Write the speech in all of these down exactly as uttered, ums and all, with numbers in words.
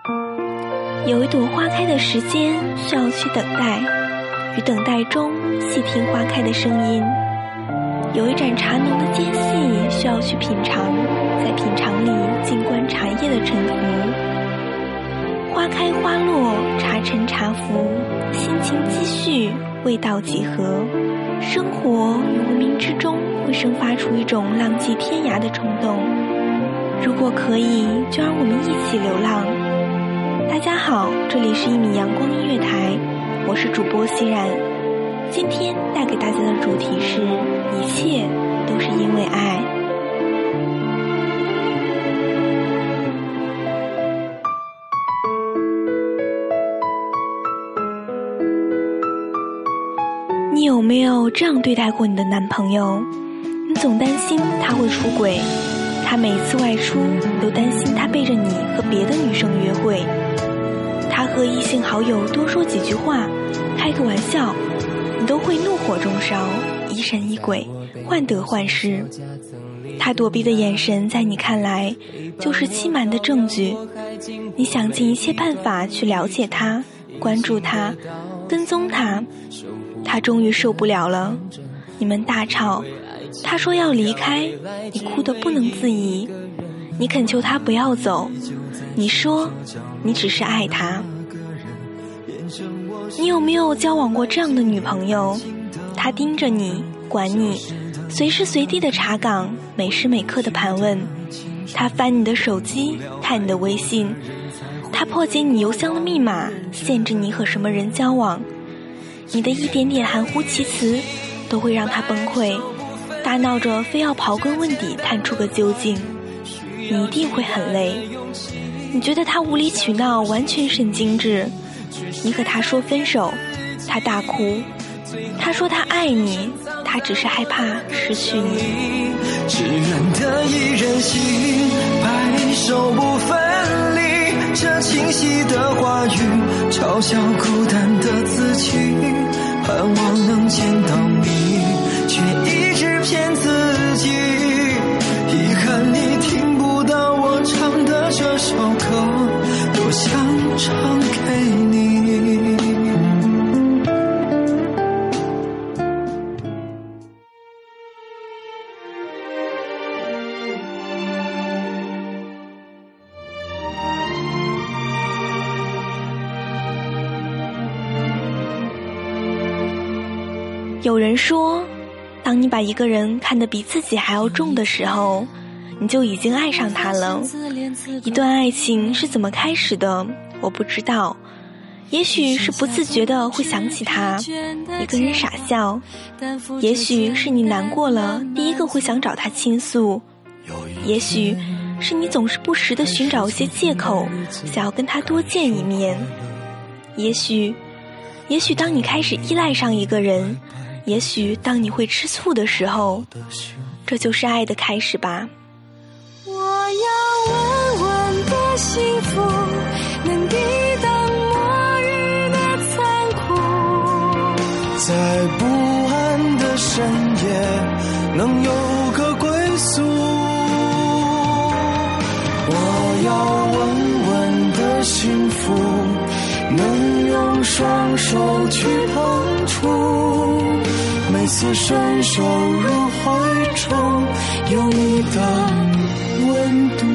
有一朵花开的时间需要去等待，于等待中细听花开的声音。有一盏茶浓的间隙需要去品尝，在品尝里静观茶叶的沉浮。花开花落，茶沉茶浮，心情积蓄，味道几何。生活于无名之中会生发出一种浪迹天涯的冲动，如果可以，就让我们一起流浪。大家好，这里是一米阳光音乐台，我是主播欣然。今天带给大家的主题是一切都是因为爱。你有没有这样对待过你的男朋友？你总担心他会出轨，他每次外出你都担心他背着你和别的女生约会，他和异性好友多说几句话，开个玩笑，你都会怒火中烧，疑神疑鬼，患得患失。他躲避的眼神在你看来就是欺瞒的证据，你想尽一切办法去了解他，关注他，跟踪他。他终于受不了了，你们大吵，他说要离开，你哭得不能自已，你恳求他不要走，你说你只是爱他。你有没有交往过这样的女朋友？她盯着你，管你，随时随地的查岗，每时每刻的盘问。她翻你的手机，看你的微信，她破解你邮箱的密码，限制你和什么人交往。你的一点点含糊其辞都会让她崩溃，大闹着非要刨根问底探出个究竟。你一定会很累，你觉得她无理取闹，完全神经质。你和他说分手，他大哭，他说他爱你，他只是害怕失去你。 只愿得一人心，白首不分离，这清晰的话语嘲笑孤单的自己，盼望能见到你，却一直骗自己，遗憾你听不到我唱的这首歌，多想唱给你。 有人说，当你把一个人看得比自己还要重的时候，你就已经爱上他了。一段爱情是怎么开始的，我不知道，也许是不自觉的会想起他，一个人傻笑，也许是你难过了第一个会想找他倾诉，也许是你总是不时地寻找一些借口想要跟他多见一面，也许也许当你开始依赖上一个人，也许当你会吃醋的时候，这就是爱的开始吧。 我要稳稳的幸福，能抵挡末日的残酷， 在不安的深夜能有个归宿。我要稳稳的幸福，能用双手去碰触，每次伸手入怀中有你的温度。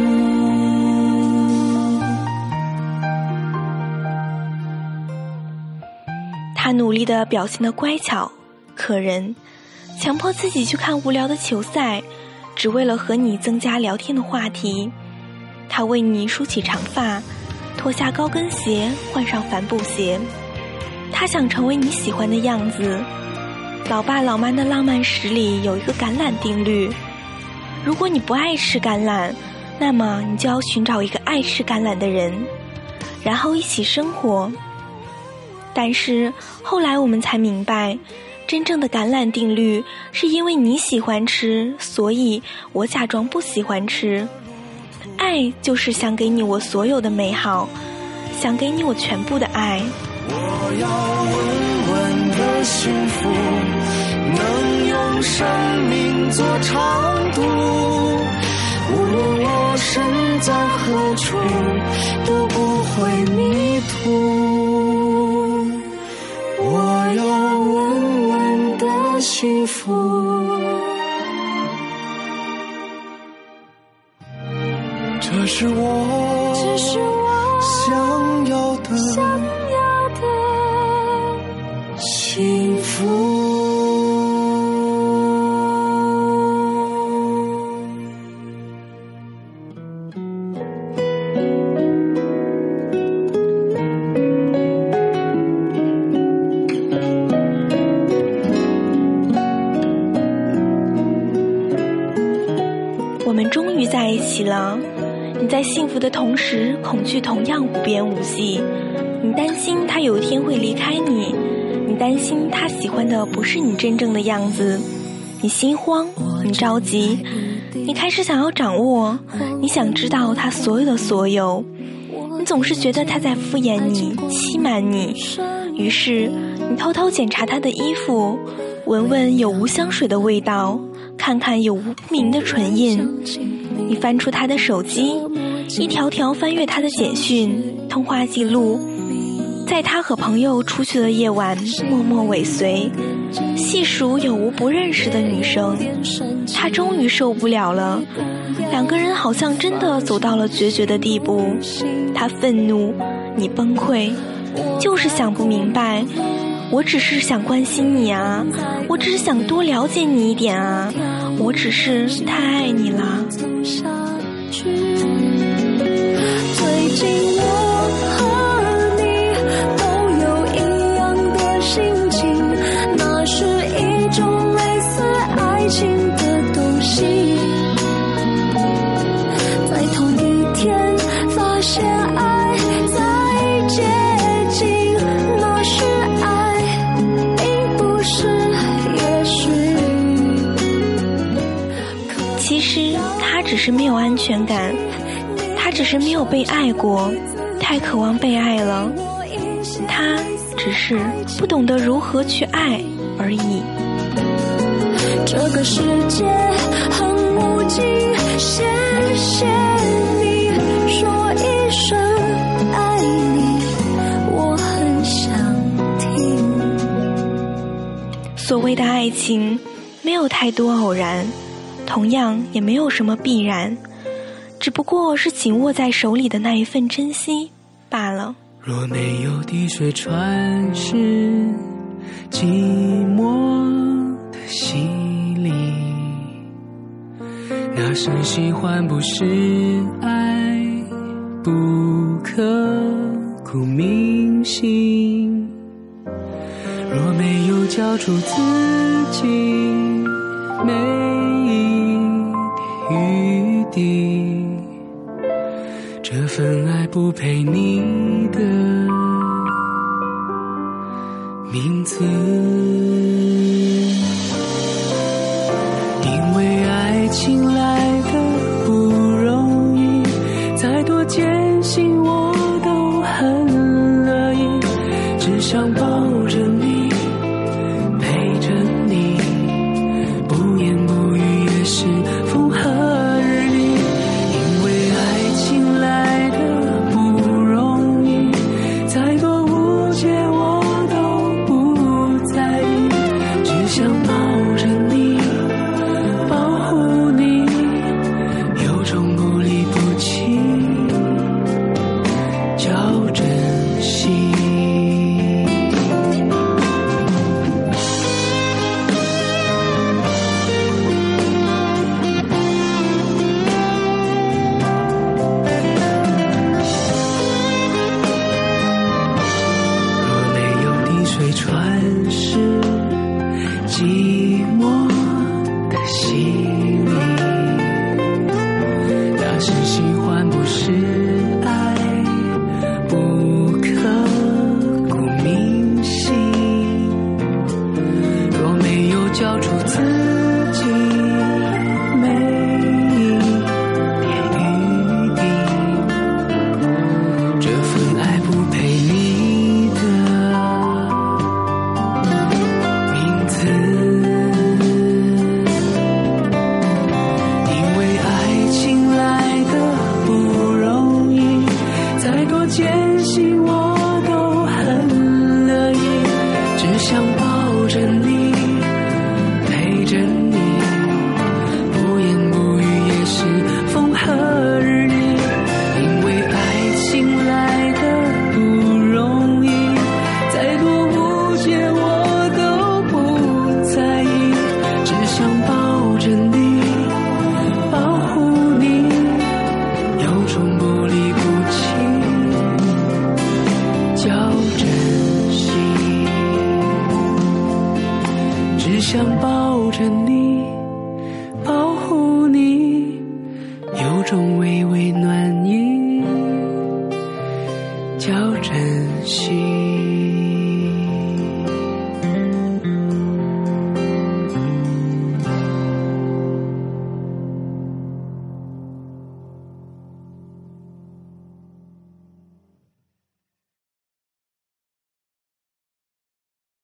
他努力地表现得乖巧可人，强迫自己去看无聊的球赛，只为了和你增加聊天的话题。他为你梳起长发，脱下高跟鞋，换上帆布鞋。他想成为你喜欢的样子。老爸老妈的浪漫史里有一个橄榄定律，如果你不爱吃橄榄，那么你就要寻找一个爱吃橄榄的人，然后一起生活。但是后来我们才明白，真正的橄榄定律是因为你喜欢吃，所以我假装不喜欢吃。爱就是想给你我所有的美好，想给你我全部的爱。 我要稳稳的幸福，能用生命做长度， 无论我身在何处，都不会迷途。我要稳稳的幸福， 这是我， 这是我想要的， 想要的幸福。 我们终于在一起了，你在幸福的同时，恐惧同样无边无际。你担心他有一天会离开你，你担心他喜欢的不是你真正的样子，你心慌，你着急，你开始想要掌握，你想知道他所有的所有，你总是觉得他在敷衍你，欺瞒你，于是你偷偷检查他的衣服，闻闻有无香水的味道，看看有无不明的唇印。你翻出他的手机，一条条翻阅他的简讯、通话记录，在他和朋友出去的夜晚默默尾随，细数有无不认识的女生。他终于受不了了，两个人好像真的走到了决绝的地步。他愤怒，你崩溃，就是想不明白，我只是想关心你啊，我只是想多了解你一点啊，我只是太爱你了。 最近我和你都有一样的心情，那是一种类似爱情的东西，在同一天发现爱在接近，那是爱并不是也许。 其实他只是没有安全感，他只是没有被爱过，太渴望被爱了，他只是不懂得如何去爱而已。 这个世界很无尽，谢谢你说一声爱你，我很想听。 所谓的爱情没有太多偶然，同样也没有什么必然，只不过是紧握在手里的那一份珍惜罢了。 若没有滴水穿石，寂寞的洗礼，那是喜欢不是爱，不刻骨铭心。若没有交出自己每一滴雨滴，这份爱不配你的名字。因为爱情来的不容易，再多艰辛我都很乐意，只想抱着你，陪着你，不言不语也是风和日丽。因为爱情来的不容易，再多误解我都不在意，只想抱着你，保护你，有种不离不弃叫珍惜。 心我都很乐意，只想抱着你，陪着你，不言不语也是风和日丽。因为爱情来得不容易，再多误解我都不在意，只想抱着你，保护你，有种不离不弃叫珍惜。只想抱着你，保护你，有种微微暖意叫珍惜。